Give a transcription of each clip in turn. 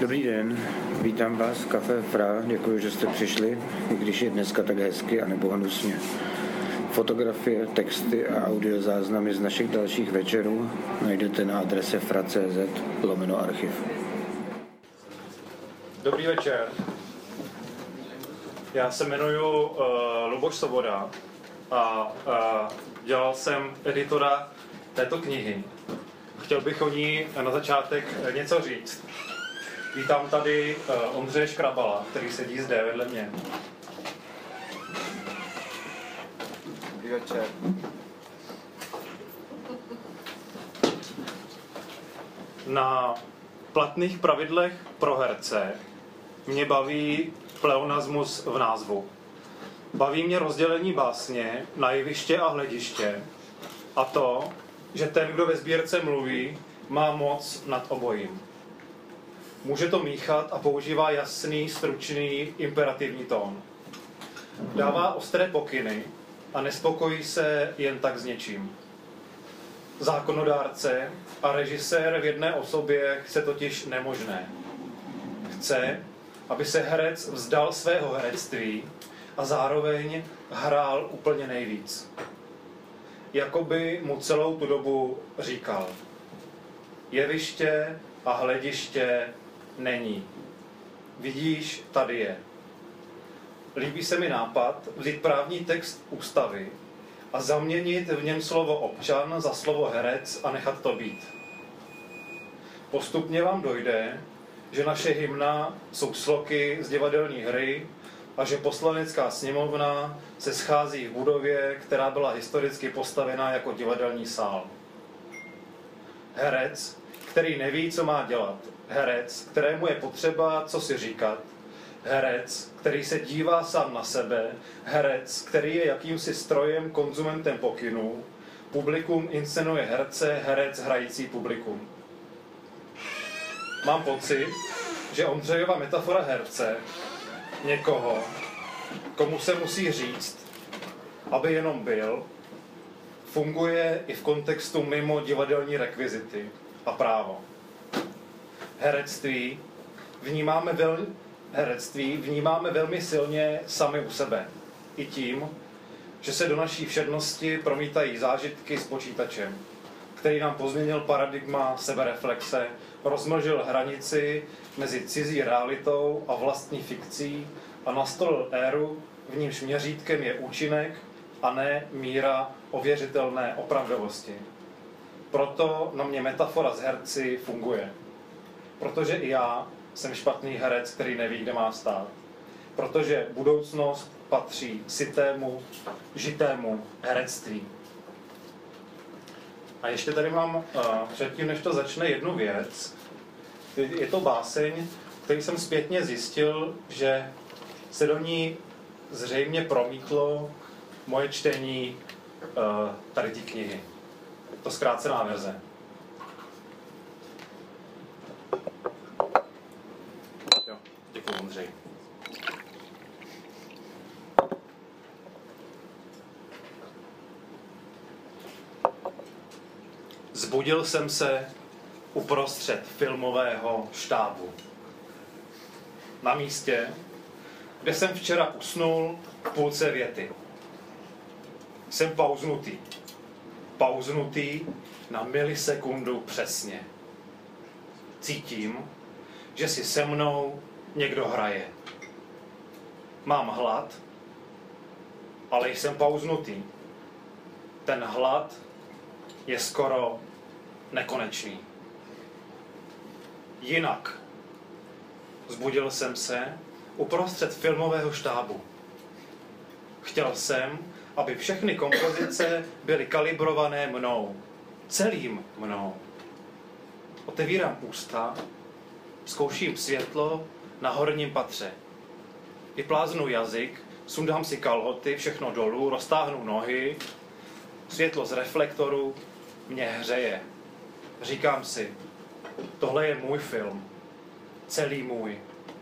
Dobrý den, vítám vás v Café Fra, děkuji, že jste přišli, i když je dneska tak hezky a nebo hnusně. Fotografie, texty a audiozáznamy z našich dalších večerů najdete na adrese fra.cz/archiv. Dobrý večer. Já se jmenuji Luboš Svoboda a dělal jsem editora této knihy. Chtěl bych o ní na začátek něco říct. Vítám tady Ondřeje Škrabala, který sedí zde vedle mě. Dobrý večer. Na platných pravidlech pro herce mě baví pleonasmus v názvu. Baví mě rozdělení básně na jeviště a hlediště a to, že ten, kdo ve sbírce mluví, má moc nad obojím. Může to míchat a používá jasný, stručný, imperativní tón. Dává ostré pokyny a nespokojí se jen tak s něčím. Zákonodárce a režisér v jedné osobě chce totiž nemožné. Chce, aby se herec vzdal svého herectví a zároveň hrál úplně nejvíc. Jakoby mu celou tu dobu říkal: jeviště a hlediště není. Vidíš, tady je. Líbí se mi nápad vzít právní text ústavy a zaměnit v něm slovo občan za slovo herec a nechat to být. Postupně vám dojde, že naše hymna jsou sloky z divadelní hry a že Poslanecká sněmovna se schází v budově, která byla historicky postavena jako divadelní sál. Herec, který neví, co má dělat. Herec, kterému je potřeba, co si říkat. Herec, který se dívá sám na sebe. Herec, který je jakýmsi strojem, konzumentem pokynů. Publikum inscenuje herce, herec hrající publikum. Mám pocit, že Ondřejova metafora herce, někoho, komu se musí říct, aby jenom byl, funguje i v kontextu mimo divadelní rekvizity a právo. Herectví vnímáme velmi silně sami u sebe. I tím, že se do naší všednosti promítají zážitky s počítačem, který nám pozměnil paradigma sebereflexe, rozmlžil hranici mezi cizí realitou a vlastní fikcí a nastolil éru, v nímž měřítkem je účinek a ne míra ověřitelné opravdovosti. Proto na mě metafora z herci funguje. Protože i já jsem špatný herec, který neví, kde má stát. Protože budoucnost patří sitému, žitému herectví. A ještě tady mám, předtím než to začne, jednu věc. Je to báseň, který jsem zpětně zjistil, že se do ní zřejmě promítlo moje čtení tady té knihy. To zkrácená verze. Jo, děkuji, Ondřej. Zbudil jsem se uprostřed filmového štábu. Na místě, kde jsem včera usnul v půlce věty. Jsem pauznutý. Pauznutý na milisekundu přesně. Cítím, že si se mnou někdo hraje. Mám hlad, ale jsem pauznutý. Ten hlad je skoro nekonečný. Jinak zbudil jsem se uprostřed filmového štábu. Chtěl jsem, aby všechny kompozice byly kalibrované mnou. Celým mnou. Otevírám ústa, zkouším světlo na horním patře. Vypláznu jazyk, sundám si kalhoty, všechno dolů, roztáhnu nohy. Světlo z reflektoru mě hřeje. Říkám si, tohle je můj film. Celý můj.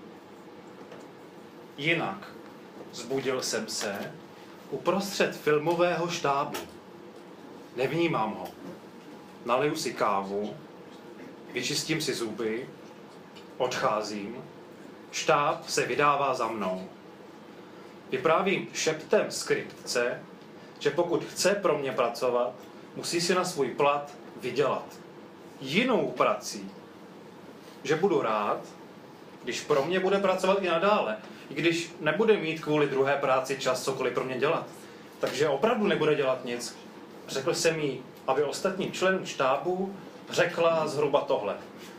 Jinak zbudil jsem se uprostřed filmového štábu. Nevnímám ho. Naliju si kávu, vyčistím si zuby, odcházím, štáb se vydává za mnou. Vyprávím šeptem skriptce, že pokud chce pro mě pracovat, musí si na svůj plat vydělat jinou prací. Že budu rád, když pro mě bude pracovat i nadále, i když nebude mít kvůli druhé práci čas cokoliv pro mě dělat. Takže opravdu nebude dělat nic. Řekl jsem jí, aby ostatním členům štábu řekla zhruba tohle.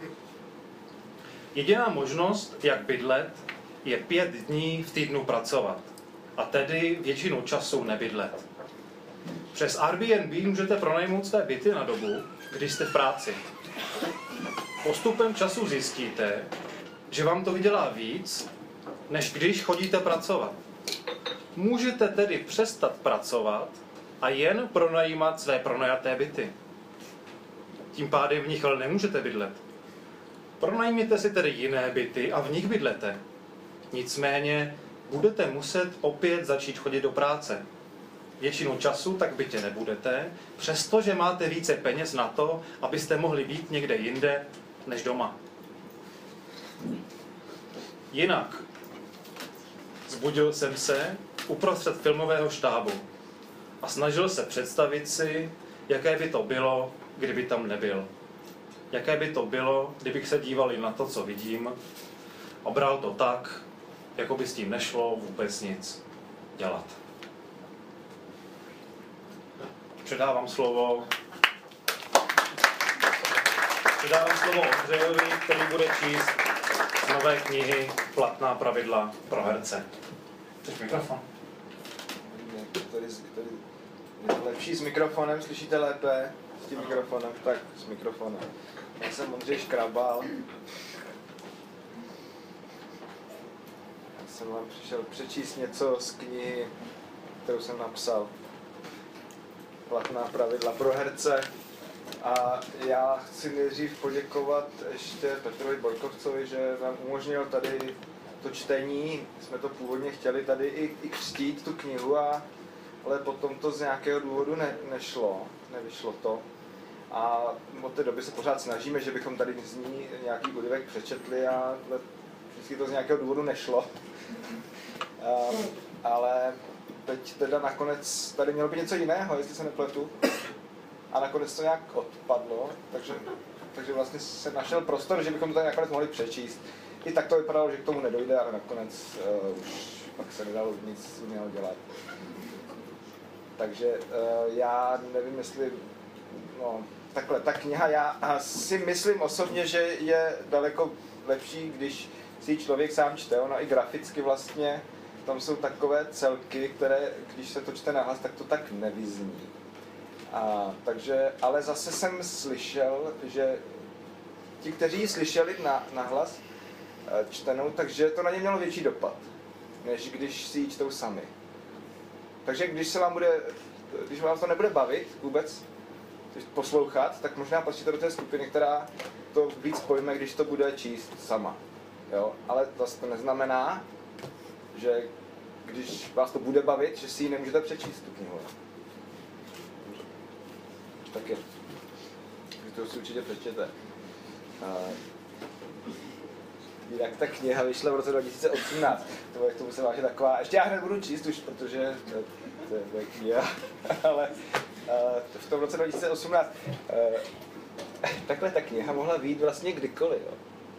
Jediná možnost, jak bydlet, je 5 dní v týdnu pracovat. A tedy většinu času nebydlet. Přes Airbnb můžete pronajmout své byty na dobu, když jste v práci. Postupem času zjistíte, že vám to vydělá víc, než když chodíte pracovat. Můžete tedy přestat pracovat a jen pronajímat své pronajaté byty. Tím pádem v nich ale nemůžete bydlet. Pronajměte si tedy jiné byty a v nich bydlete. Nicméně budete muset opět začít chodit do práce. Většinu času tak v bytě nebudete, přestože máte více peněz na to, abyste mohli být někde jinde než doma. Jinak zbudil jsem se uprostřed filmového štábu a snažil se představit si, jaké by to bylo, kdyby tam nebyl. Jaké by to bylo, kdybych se díval na to, co vidím, a bral to tak, jako by s tím nešlo vůbec nic dělat. Předávám slovo Ondřejovi, který bude číst z nové knihy Platná pravidla pro herce. Chceš mikrofon? Tady je to lepší s mikrofonem, slyšíte lépe s tím mikrofonem? Tak, s mikrofonem. Já jsem Ondřej Škrabal. Já jsem vám přišel přečíst něco z knihy, kterou jsem napsal. Platná pravidla pro herce. A já chci nejdřív poděkovat ještě Petrovi Bojkovcovi, že nám umožnil tady to čtení. Jsme to původně chtěli tady i křtít tu knihu, ale potom to z nějakého důvodu nevyšlo to. A od té doby se pořád snažíme, že bychom tady z ní nějaký úryvek přečetli, a vždycky to z nějakého důvodu nešlo. Ale teď teda nakonec tady mělo být něco jiného, jestli se nepletu. A nakonec to nějak odpadlo, takže vlastně se našel prostor, že bychom to tady nakonec mohli přečíst. I tak to vypadalo, že k tomu nedojde, ale nakonec už pak se nedalo nic jiného dělat. Takže já nevím, jestli... takhle, ta kniha, já si myslím osobně, že je daleko lepší, když si člověk sám čte, ono i graficky vlastně, tam jsou takové celky, které, když se to čte nahlas, tak to tak nevyzní. Takže, ale zase jsem slyšel, že ti, kteří ji slyšeli nahlas čtenou, takže to na ně mělo větší dopad, než když si ji čtou sami. Takže když vám to nebude bavit vůbec poslouchat, tak možná patříte do té skupiny, která to víc pojme, když to bude číst sama. Jo? Ale zase to neznamená, že když vás to bude bavit, že si ji nemůžete přečíst tu knihu. Tak je. To si určitě přečtěte. Jinak ta kniha vyšla v roce 2018. K tomu se váže taková... Ještě já hned budu číst už, protože to je kniha. Ale v tom roce 2018 takhle ta kniha mohla vyjít vlastně kdykoliv. Jo.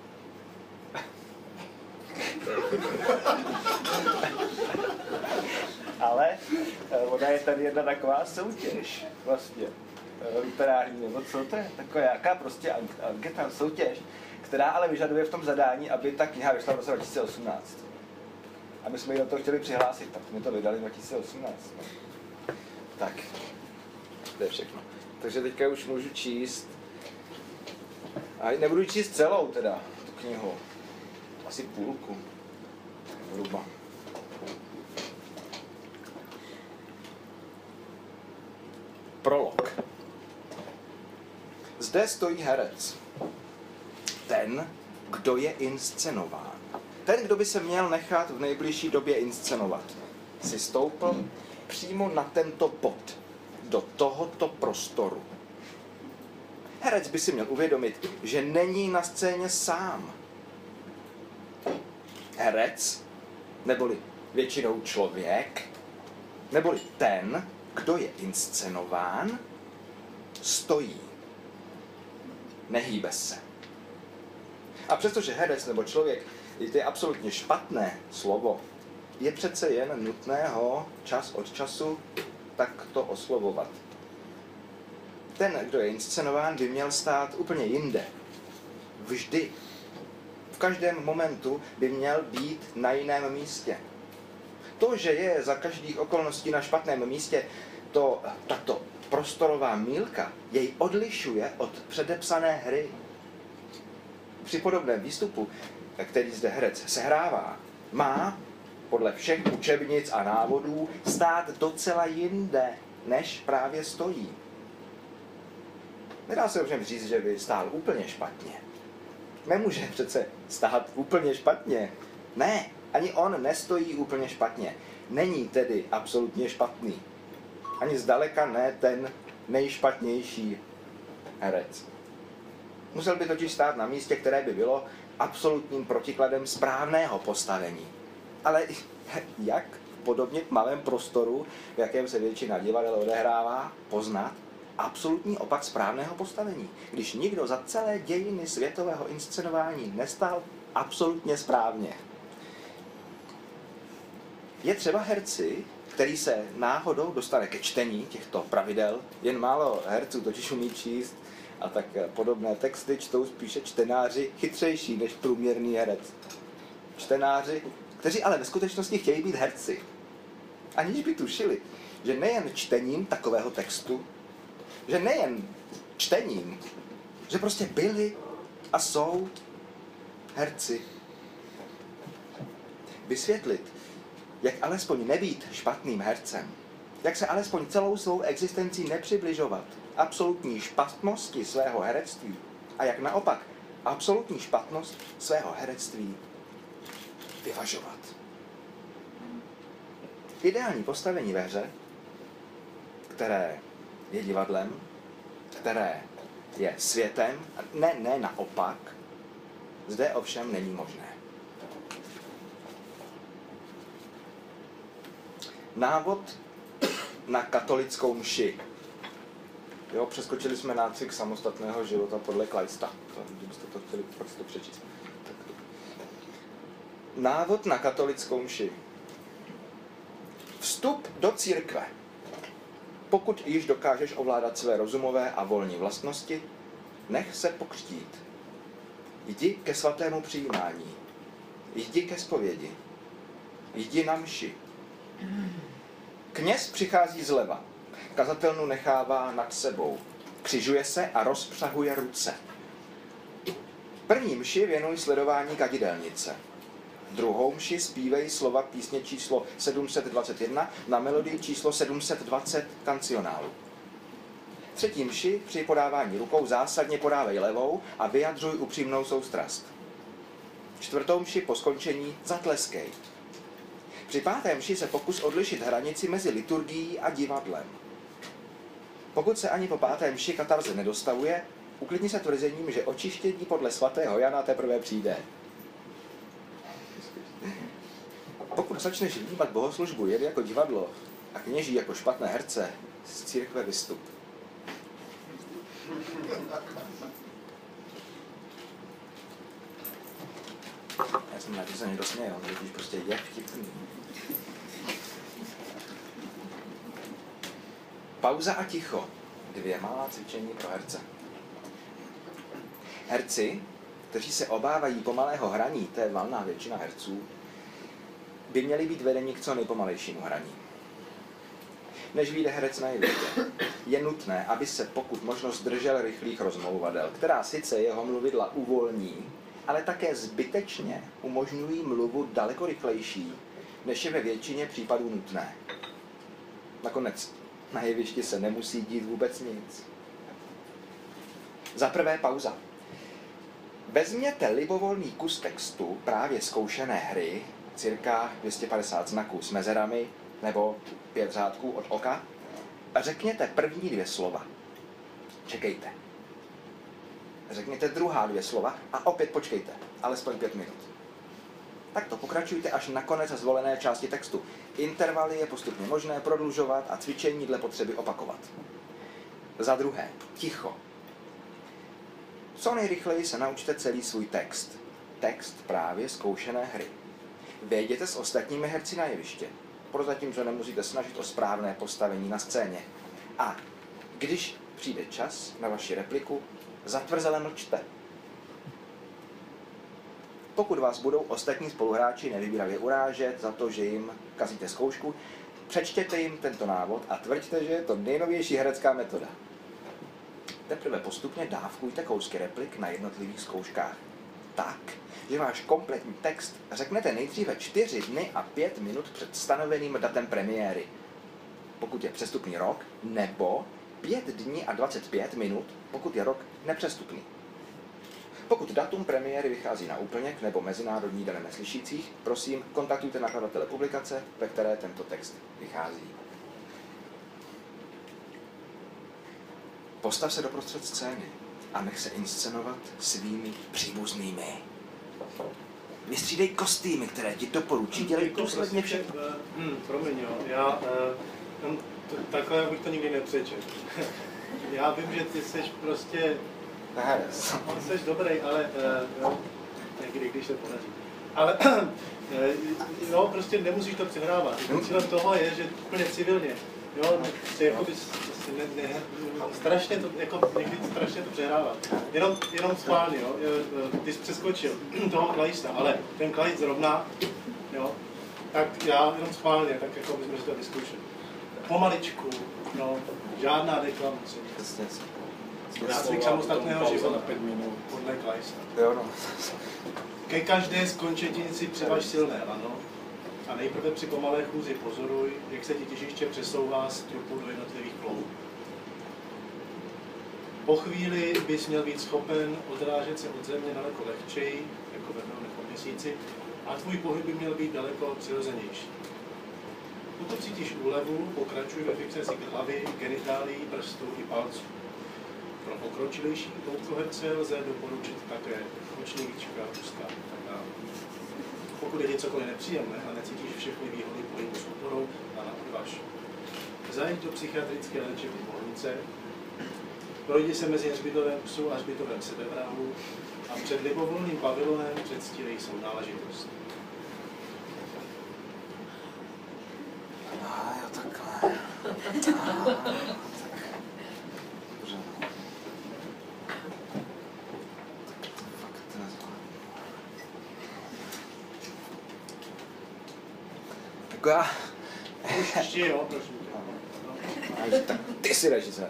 Ale ona je tady jedna taková soutěž vlastně. Literární, nebo co to je? Taková jaká prostě anketná soutěž, která ale vyžaduje v tom zadání, aby ta kniha vyšla v roce 2018. A my jsme ji do toho chtěli přihlásit, tak jsme to vydali 2018. No. Tak, to je všechno. Takže teďka už můžu číst. A nebudu číst celou teda, tu knihu. Asi půlku. Hruba. Prolog. Zde stojí herec. Ten, kdo je inscenován. Ten, kdo by se měl nechat v nejbližší době inscenovat, si stoupl přímo na tento bod, do tohoto prostoru. Herec by si měl uvědomit, že není na scéně sám. Herec, neboli většinou člověk, neboli ten, kdo je inscenován, stojí. Nehýbe se. A přestože herec nebo člověk, to je absolutně špatné slovo, je přece jen nutné ho čas od času takto oslovovat. Ten, kdo je inscenován, by měl stát úplně jinde. Vždy. V každém momentu by měl být na jiném místě. To, že je za každých okolností na špatném místě, tato prostorová mýlka jej odlišuje od předepsané hry. Při podobném výstupu, který zde herec sehrává, má podle všech učebnic a návodů stát docela jinde, než právě stojí. Nedá se ovšem říct, že by stál úplně špatně. Nemůže přece stát úplně špatně. Ne, ani on nestojí úplně špatně. Není tedy absolutně špatný. Ani zdaleka ne ten nejšpatnější herec. Musel by totiž stát na místě, které by bylo absolutním protikladem správného postavení. Ale jak podobně v malém prostoru, v jakém se většina divadel odehrává, poznat absolutní opak správného postavení, když nikdo za celé dějiny světového inscenování nestál absolutně správně? Je třeba herci, který se náhodou dostane ke čtení těchto pravidel, jen málo herců totiž umí číst, a tak podobné texty čtou spíše čtenáři chytřejší než průměrný herec. Čtenáři, kteří ale ve skutečnosti chtějí být herci. Aniž by tušili, že nejen čtením takového textu, že nejen čtením, že prostě byli a jsou herci. Vysvětlit, jak alespoň nebýt špatným hercem, jak se alespoň celou svou existencí nepřibližovat absolutní špatnosti svého herectví a jak naopak absolutní špatnost svého herectví vyvažovat. Ideální postavení ve hře, které je divadlem, které je světem, ne naopak, zde ovšem není možné. Návod na katolickou mši. Jo, přeskočili jsme nácvik samostatného života podle Kleista. Kdybyste to chtěli, pak si to přečíst. Návod na katolickou mši. Vstup do církve. Pokud již dokážeš ovládat své rozumové a volní vlastnosti, nech se pokřtít. Jdi ke svatému přijímání. Jdi ke zpovědi. Jdi na mši. Kněz přichází zleva. Kazatelnu nechává nad sebou. Křižuje se a rozpřahuje ruce. První mši věnuj sledování kadidelnice. Druhou mši zpívej slova písně číslo 721 na melodii číslo 720 kancionálu. Třetí mši při podávání rukou zásadně podávej levou a vyjadřuj upřímnou soustrast. Čtvrtou mši po skončení zatleskej. Při páté mši se pokus odlišit hranici mezi liturgií a divadlem. Pokud se ani po páté mši katarze nedostavuje, uklidni se tvrzením, že očištění podle svatého Jana teprve přijde. Pokud začneš vnímat bohoslužbu jen jako divadlo a kněží jako špatné herce, z církve vystup. Já jsem na to se někdo směl, když prostě je vtipný. Pauza a ticho. 2 malá cvičení pro herce. Herci, kteří se obávají pomalého hraní, to je valná většina herců, by měli být vedeni k co nejpomalejšímu hraní. Než vyjde herec na jeviště, je nutné, aby se pokud možno zdržel rychlých rozmlouvadel, která sice jeho mluvidla uvolní, ale také zbytečně umožňují mluvu daleko rychlejší, než je ve většině případů nutné. Nakonec na jevišti se nemusí dít vůbec nic. Za prvé pauza. Vezměte libovolný kus textu právě zkoušené hry, cirka 250 znaků s mezerami nebo 5 řádků od oka, a řekněte první 2 slova. Čekejte. Řekněte druhá 2 slova a opět počkejte, alespoň 5 minut. Tak to pokračujte až na konec zvolené části textu. Intervaly je postupně možné prodlužovat a cvičení dle potřeby opakovat. Za druhé, ticho. Co nejrychleji se naučte celý svůj text. Text právě zkoušené hry. Vejděte s ostatními herci na jeviště. Prozatím se nemusíte snažit o správné postavení na scéně. A když přijde čas na vaši repliku, zatvrzele mlčte. Pokud vás budou ostatní spoluhráči nevybíravě urážet za to, že jim kazíte zkoušku, přečtěte jim tento návod a tvrďte, že je to nejnovější herecká metoda. Teprve postupně dávkujte kousky replik na jednotlivých zkouškách. Tak, že váš kompletní text řeknete nejdříve 4 dny a 5 minut před stanoveným datem premiéry, pokud je přestupný rok, nebo 5 dní a 25 minut, pokud je rok nepřestupný. Pokud datum premiéry vychází na úplněk nebo Mezinárodní den neslyšících, prosím, kontaktujte nakladatele publikace, ve které tento text vychází. Postav se doprostřed scény a nech se inscenovat svými příbuznými. Vystřídej kostýmy, které ti doporučí, dělej důsledně všechno. Promiň, jo, takhle bych to nikdy nepřečetl. Já vím, že ty jsi prostě... Jsi dobrý, ale někdy, když se podaří. Ale jo, prostě nemusíš to přehrávat. Cílem toho je, že úplně civilně, jo, se jako bys strašně to, jako někdy strašně to přehrává. Jenom schválně, jo, ty jsi přeskočil toho Kleista, ale ten Kleist zrovna, jo, tak já jenom schválně, tak jako bychom si to vyzkoušeli. Pomaličku, no, žádná deklamace. Nácvik samostatného života 5 minut podle Kleista. Jo, no. Ke každé skončetiny si převaž silné lano a nejprve při pomalé chůzi pozoruj, jak se ti těžiště přesouvá z trupu do jednotlivých kloubů. Po chvíli bys měl být schopen odrážet se od země daleko lehčeji, jako ve nebo měsíci, a tvůj pohyb by měl být daleko přirozenější. Pokud cítíš úlevu, pokračuj ve fixaci hlavy, genitálií, prstů i palců. Pro pokročilejší koutkoherce lze doporučit také očnívíčka, úzká. Pokud je ti cokoliv nepříjemné a necítíš všechny výhody pohybu s oporou, odvaž. Zajď do psychiatrické léčebny Bohnice, projdi se mezi hřbitovem psů a hřbitovem sebevrahu a před libovolným pavilonem předstírej svou náležitost. Jo, takhle. Já... Už jo, prosím tě. Tak ty jsi režisér.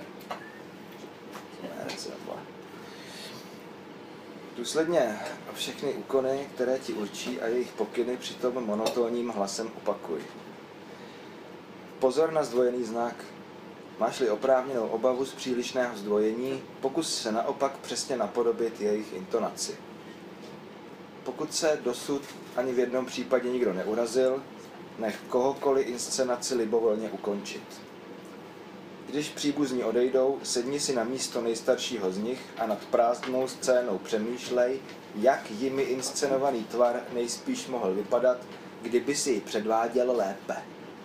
Důsledně všechny úkony, které ti určí a jejich pokyny přitom monotónním hlasem opakuj. Pozor na zdvojený znak. Máš-li oprávněnou obavu z přílišného zdvojení, pokus se naopak přesně napodobit jejich intonaci. Pokud se dosud ani v jednom případě nikdo neurazil, nech kohokoliv inscenaci libovolně ukončit. Když příbuzní odejdou, sedni si na místo nejstaršího z nich a nad prázdnou scénou přemýšlej, jak jimi inscenovaný tvar nejspíš mohl vypadat, kdyby si ji předváděl lépe.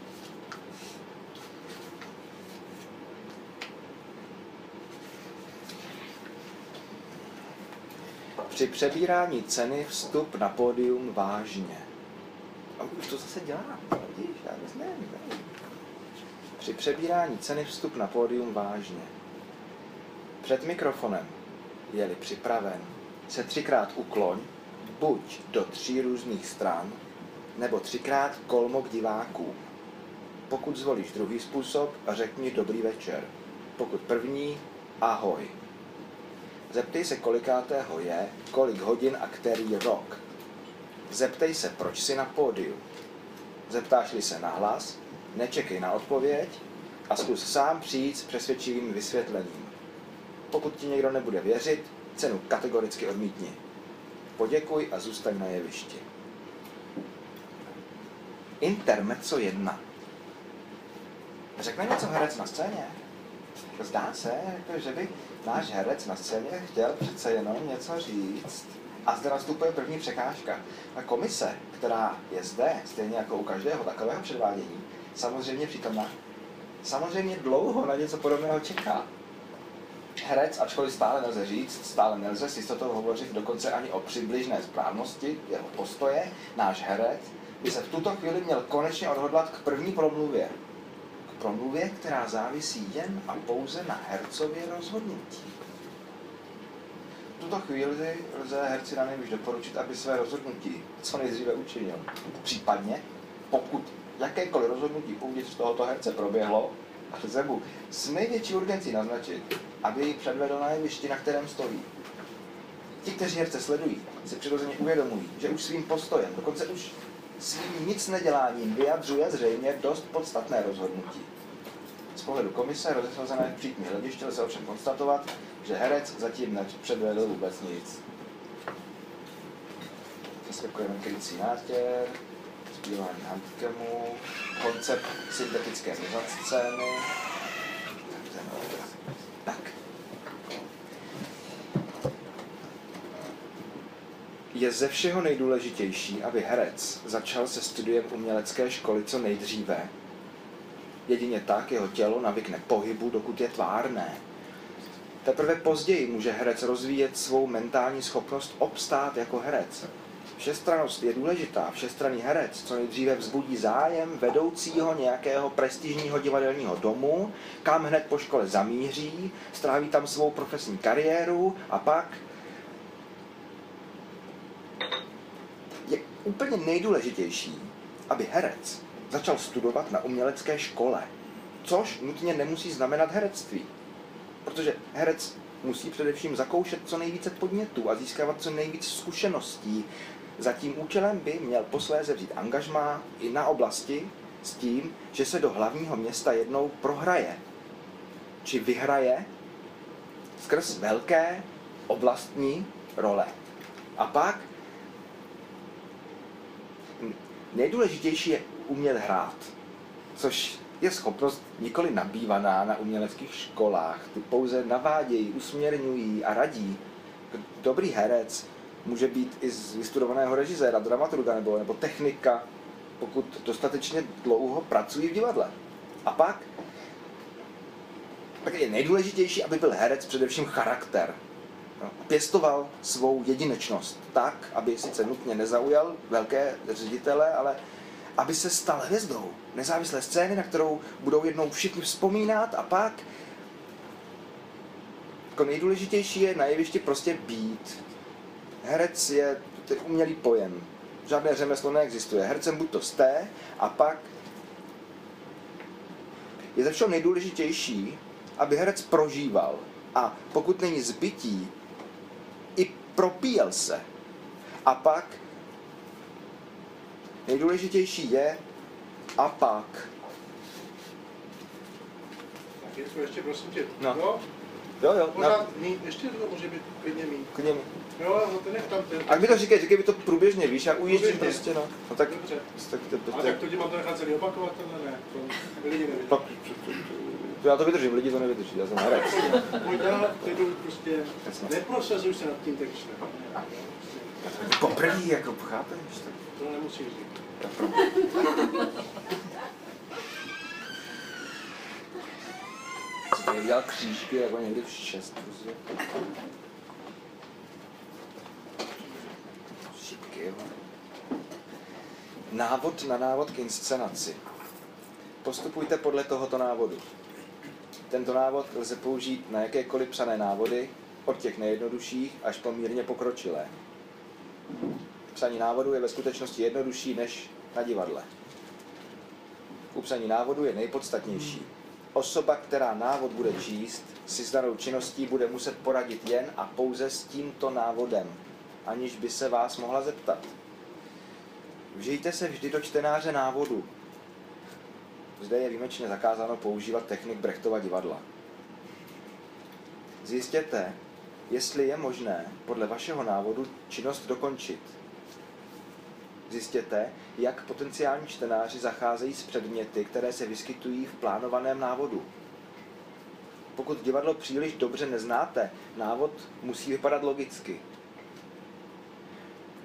Při přebírání ceny vstup na pódium vážně. A už to zase dělám, vidíš, já nic nevím. Při přebírání ceny vstup na pódium vážně. Před mikrofonem, je-li připraven, se 3krát ukloň, buď do 3 různých stran, nebo 3krát kolmo k divákům. Pokud zvolíš druhý způsob, řekni dobrý večer. Pokud první, ahoj. Zeptej se, kolikátého je, kolik hodin a který rok. Zeptej se, proč jsi na pódiu. Zeptáš-li se nahlas, nečekej na odpověď a zkus sám přijít s přesvědčivým vysvětlením. Pokud ti někdo nebude věřit, cenu kategoricky odmítni. Poděkuj a zůstaň na jevišti. Intermezzo 1. Řekne něco herec na scéně? Zdá se, že by náš herec na scéně chtěl přece jenom něco říct. A zde nastupuje první překážka. A komise, která je zde, stejně jako u každého takového předvádění, samozřejmě přítomná, samozřejmě dlouho na něco podobného čeká. Herec, ačkoliv stále nelze říct, stále nelze s jistotou hovořit dokonce ani o přibližné správnosti jeho postoje, náš herec by se v tuto chvíli měl konečně odhodlat k první promluvě. K promluvě, která závisí jen a pouze na hercově rozhodnutí. V tuto chvíli lze herci na nejvíc doporučit, aby své rozhodnutí co nejdříve učinil. Případně, pokud jakékoliv rozhodnutí uvnitř tohoto herce proběhlo, lze mu s největší urgencí naznačit, aby ji předvedl na jevišti, na kterém stojí. Ti, kteří herce sledují, si přirozeně uvědomují, že už svým postojem, dokonce už svým nic neděláním vyjadřuje zřejmě dost podstatné rozhodnutí. Z pohledu komise rozesazené v přítmí hlediště lze ovšem konstatovat, že herec zatím nepředvedl vůbec nic. Zaskakujeme krycí nátěr, zpívání handicapů, koncept syntetické mizascény. Tak. Je ze všeho nejdůležitější, aby herec začal se studiem umělecké školy co nejdříve. Jedině tak jeho tělo navykne pohybu, dokud je tvárné. Teprve později může herec rozvíjet svou mentální schopnost obstát jako herec. Všestrannost je důležitá. Všestranný herec co nejdříve vzbudí zájem vedoucího nějakého prestižního divadelního domu, kam hned po škole zamíří, stráví tam svou profesní kariéru a pak je úplně nejdůležitější, aby herec začal studovat na umělecké škole, což nutně nemusí znamenat herectví. Protože herec musí především zakoušet co nejvíce podnětů a získávat co nejvíc zkušeností. Za tím účelem by měl posléze vzít angažmá i na oblasti s tím, že se do hlavního města jednou prohraje, či vyhraje skrz velké oblastní role. A pak nejdůležitější je umět hrát, což je schopnost nikoli nabývaná na uměleckých školách. Ty pouze navádějí, usměrňují a radí. Dobrý herec může být i z vystudovaného režiséra, dramaturga nebo technika, pokud dostatečně dlouho pracují v divadle. A pak je nejdůležitější, aby byl herec především charakter. Pěstoval svou jedinečnost tak, aby sice nutně nezaujal velké ředitele, ale aby se stal hvězdou nezávislé scény, na kterou budou jednou všichni vzpomínat a pak jako nejdůležitější je na jevišti prostě být. Herec je umělý pojem. Žádné řemeslo neexistuje. Hercem buď to jste a pak je ze všeho nejdůležitější, aby herec prožíval a pokud není zbytí, i propíjel se. A pak nejdůležitější je a pak. Tak Jirko, ještě prosím tě. No. Jo. Pořád ještě to může být klidně mít. Klidně mít. Jo, no to nech tam ten. A mi to říkej mi to průběžně, víš, já ujíždím prostě, no. No tak, dobře. Tak, a tak to ti mám to nechat celý opakovat, tohle ne, to lidi nevidí. Já to vydržím, lidi to nevydrží, já jsem herec. Pojď dál, teď prostě neprosazuj se nad tím textem. Poprvé, jako chápeš? To nemusíš říct. Jsem dělal křížky jako někdy v 6. Prostě. Šipky, jo. Návod na návod k inscenaci. Postupujte podle tohoto návodu. Tento návod lze použít na jakékoliv psané návody, od těch nejjednodušších až po mírně pokročilé. Psaní návodu je ve skutečnosti jednodušší než na divadle. U psaní návodu je nejpodstatnější. Osoba, která návod bude číst, si s danou činností bude muset poradit jen a pouze s tímto návodem, aniž by se vás mohla zeptat. Vžijte se vždy do čtenáře návodu. Zde je výjimečně zakázáno používat technik Brechtova divadla. Zjistěte, jestli je možné podle vašeho návodu činnost dokončit. Zjistěte, jak potenciální čtenáři zacházejí s předměty, které se vyskytují v plánovaném návodu. Pokud divadlo příliš dobře neznáte, návod musí vypadat logicky.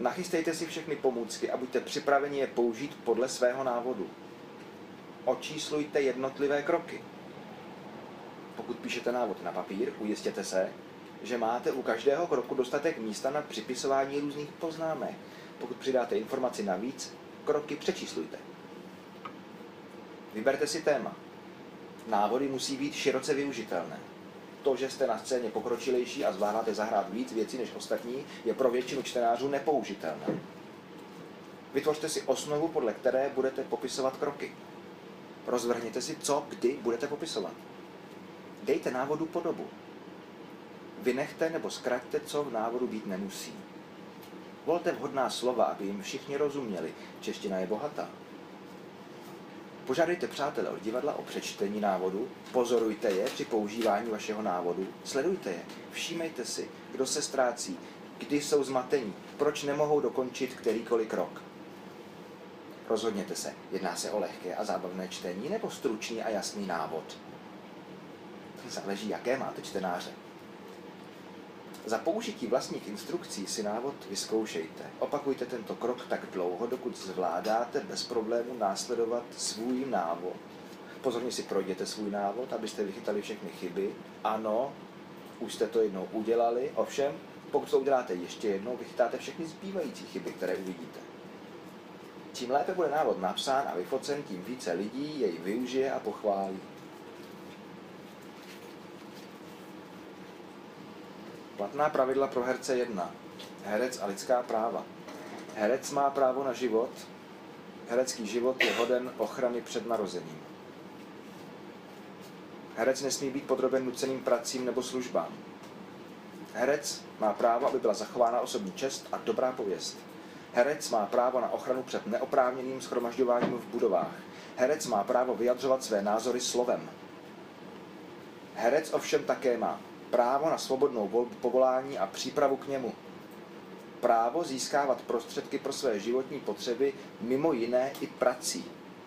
Nachystejte si všechny pomůcky a buďte připraveni je použít podle svého návodu. Očíslujte jednotlivé kroky. Pokud píšete návod na papír, ujistěte se, že máte u každého kroku dostatek místa na připisování různých poznámek. Pokud přidáte informaci navíc, kroky přečíslujte. Vyberte si téma. Návody musí být široce využitelné. To, že jste na scéně pokročilejší a zvládáte zahrát víc věcí než ostatní, je pro většinu čtenářů nepoužitelné. Vytvořte si osnovu, podle které budete popisovat kroky. Rozvrhněte si, co, kdy budete popisovat. Dejte návodu podobu. Vynechte nebo zkraťte, co v návodu být nemusí. Volte vhodná slova, aby jim všichni rozuměli. Čeština je bohatá. Požádejte přátele od divadla o přečtení návodu, pozorujte je při používání vašeho návodu, sledujte je, všímejte si, kdo se ztrácí, kdy jsou zmatení, proč nemohou dokončit kterýkoliv krok. Rozhodněte se, jedná se o lehké a zábavné čtení nebo stručný a jasný návod. Záleží, jaké máte čtenáře. Za použití vlastních instrukcí si návod vyzkoušejte. Opakujte tento krok tak dlouho, dokud zvládáte bez problému následovat svůj návod. Pozorně si projděte svůj návod, abyste vychytali všechny chyby. Ano, už jste to jednou udělali, ovšem, pokud to uděláte ještě jednou, vychytáte všechny zbývající chyby, které uvidíte. Čím lépe bude návod napsán a vyfocen, tím více lidí jej využije a pochválí. Platná pravidla pro herce 1. Herec a lidská práva. Herec má právo na život. Herecký život je hoden ochrany před narozením. Herec nesmí být podroben nuceným pracím nebo službám. Herec má právo, aby byla zachována osobní čest a dobrá pověst. Herec má právo na ochranu před neoprávněným shromažďováním v budovách. Herec má právo vyjadřovat své názory slovem. Herec ovšem také má právo na svobodnou volbu povolání a přípravu k němu. Právo získávat prostředky pro své životní potřeby, mimo jiné i prací.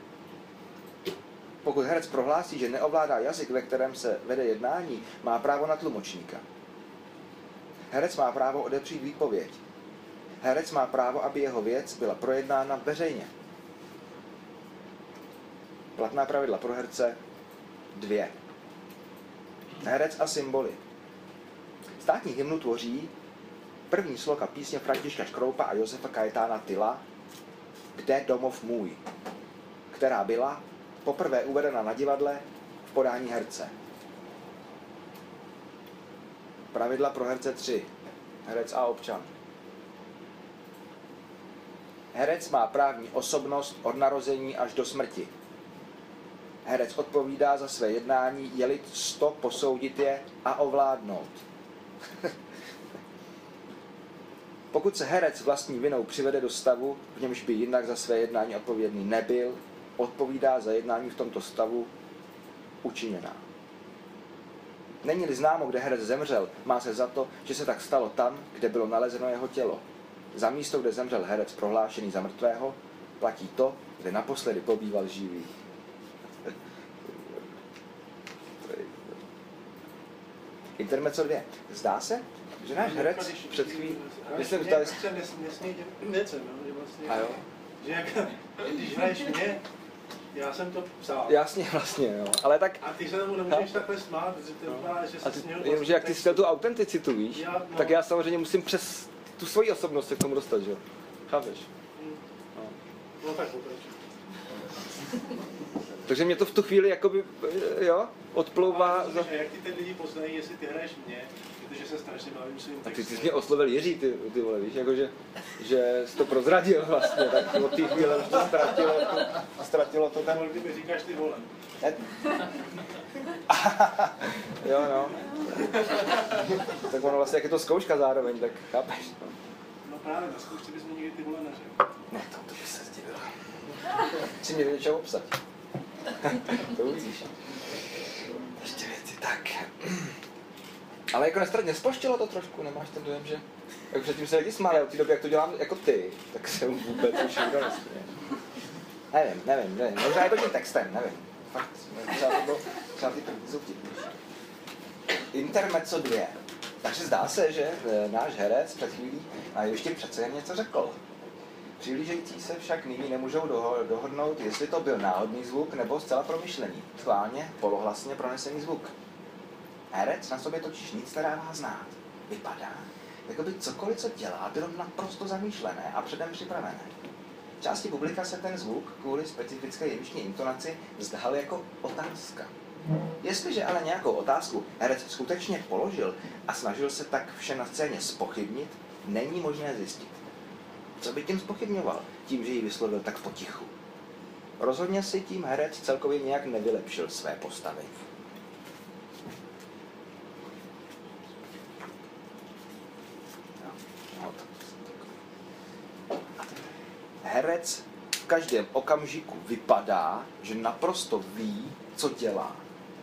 Pokud herec prohlásí, že neovládá jazyk, ve kterém se vede jednání, má právo na tlumočníka. Herec má právo odepřít výpověď. Herec má právo, aby jeho věc byla projednána veřejně. Platná pravidla pro herce 2. Herec a symboly. Státní hymnu tvoří první sloka písně Františka Škroupa a Josefa Kajetána Tyla Kde domov můj, která byla poprvé uvedena na divadle v podání herce. Pravidla pro herce 3. Herec a občan. Herec má právní osobnost od narození až do smrti. Herec odpovídá za své jednání, je-li to posoudit je a ovládnout. Pokud se herec vlastní vinou přivede do stavu, v němž by jinak za své jednání odpovědný nebyl, odpovídá za jednání v tomto stavu učiněná. Není-li známo, kde herec zemřel, má se za to, že se tak stalo tam, kde bylo nalezeno jeho tělo. Za místo, kde zemřel herec prohlášený za mrtvého, platí to, kde naposledy pobýval živý. Intermezzo 2. Zdá se, že náš herec před chvílí... Nesmí věcem, že vlastně... A jo? Že jak, když hraješ mě, já jsem to psal. Jasně, vlastně, jo. Ale tak... A ty se tomu nemůžeš takhle smát, že to vypadá, že se směl... Jenomže jak ty si tu autenticitu, víš, tak já samozřejmě musím přes tu svoji osobnost se k tomu dostat, že jo? Chápeš? No tak pokračuj. Takže mě to v tu chvíli jakoby, jo, odplouvá... Jak ty lidi poznají, jestli ty hraješ mě, protože se strašně bavím svým textem. A ty jsi mě oslovil Jiří, ty vole, víš, jakože, že jsi to prozradil vlastně, tak od té chvíle už to ztratilo to ten... Kdyby říkáš ty vole. Jo, no. Tak ono vlastně, jak je to zkouška zároveň, tak chápeš, no. No právě, na zkoušce bys mi nikdy ty vole neřekl. Ne, to by se zdivilo. Chci mě něčeho obsat. To uvidíš. Ještě věci, tak. Ale jako nespoštilo to trošku, nemáš ten dojem, že... Jako předtím se lidi smáli, od té doby, jak to dělám jako ty, tak se vůbec už nikdo nesměje. Nevím. Možná je to tím textem, nevím. Fakt, třeba ty první jsou vtipnější. Intermezzo 2. Takže zdá se, že náš herec před chvílí a ještě přece jen něco řekl. Přihlížející se však nyní nemůžou dohodnout, jestli to byl náhodný zvuk nebo zcela promyšlený, schválně, polohlasně pronesený zvuk. Herec na sobě totiž nic nedává znát. Vypadá, jako by cokoliv, co dělá, bylo naprosto zamýšlené a předem připravené. V části publika se ten zvuk kvůli specifické jevištní intonaci zdál jako otázka. Jestliže ale nějakou otázku herec skutečně položil a snažil se tak vše na scéně zpochybnit, není možné zjistit. Co by tím zpochybňoval? Tím, že ji vyslovil tak potichu. Rozhodně si tím herec celkově nějak nevylepšil své postavy. Herec v každém okamžiku vypadá, že naprosto ví, co dělá.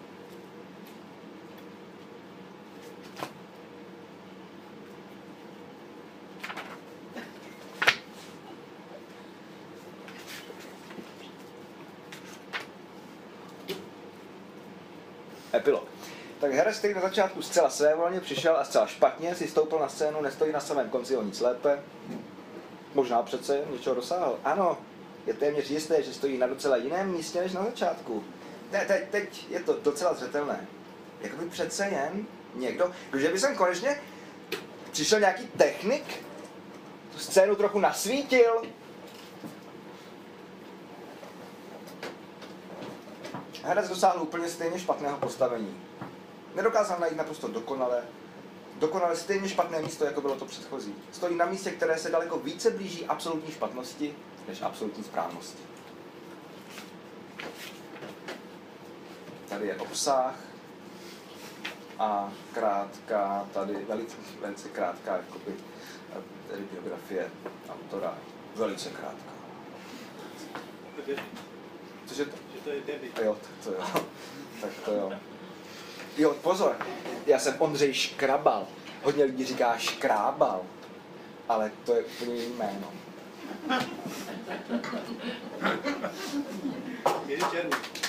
Epilog. Tak herec, který na začátku zcela svévolně přišel a zcela špatně si stoupil na scénu, nestojí na samém konci o nic lépe. Možná přece něčeho dosáhl. Ano, je téměř jisté, že stojí na docela jiném místě než na začátku. Teď je to docela zřetelné. Jakoby přece jen někdo, že by sem konečně přišel nějaký technik, tu scénu trochu nasvítil. Herec dosáhl úplně stejně špatného postavení. Nedokázal najít naprosto dokonale stejně špatné místo, jako bylo to předchozí. Stojí na místě, které se daleko více blíží absolutní špatnosti, než absolutní správnosti. Tady je obsah a krátká, tady velice krátká, jakoby, tady biografie autora, velice krátká. Cože to? Že to je debit. Jo, to jo. Tak to jo. Jo, pozor, já jsem Ondřej Škrabal. Hodně lidí říká Škrábal, ale to je úplně jiné jméno. Je černý.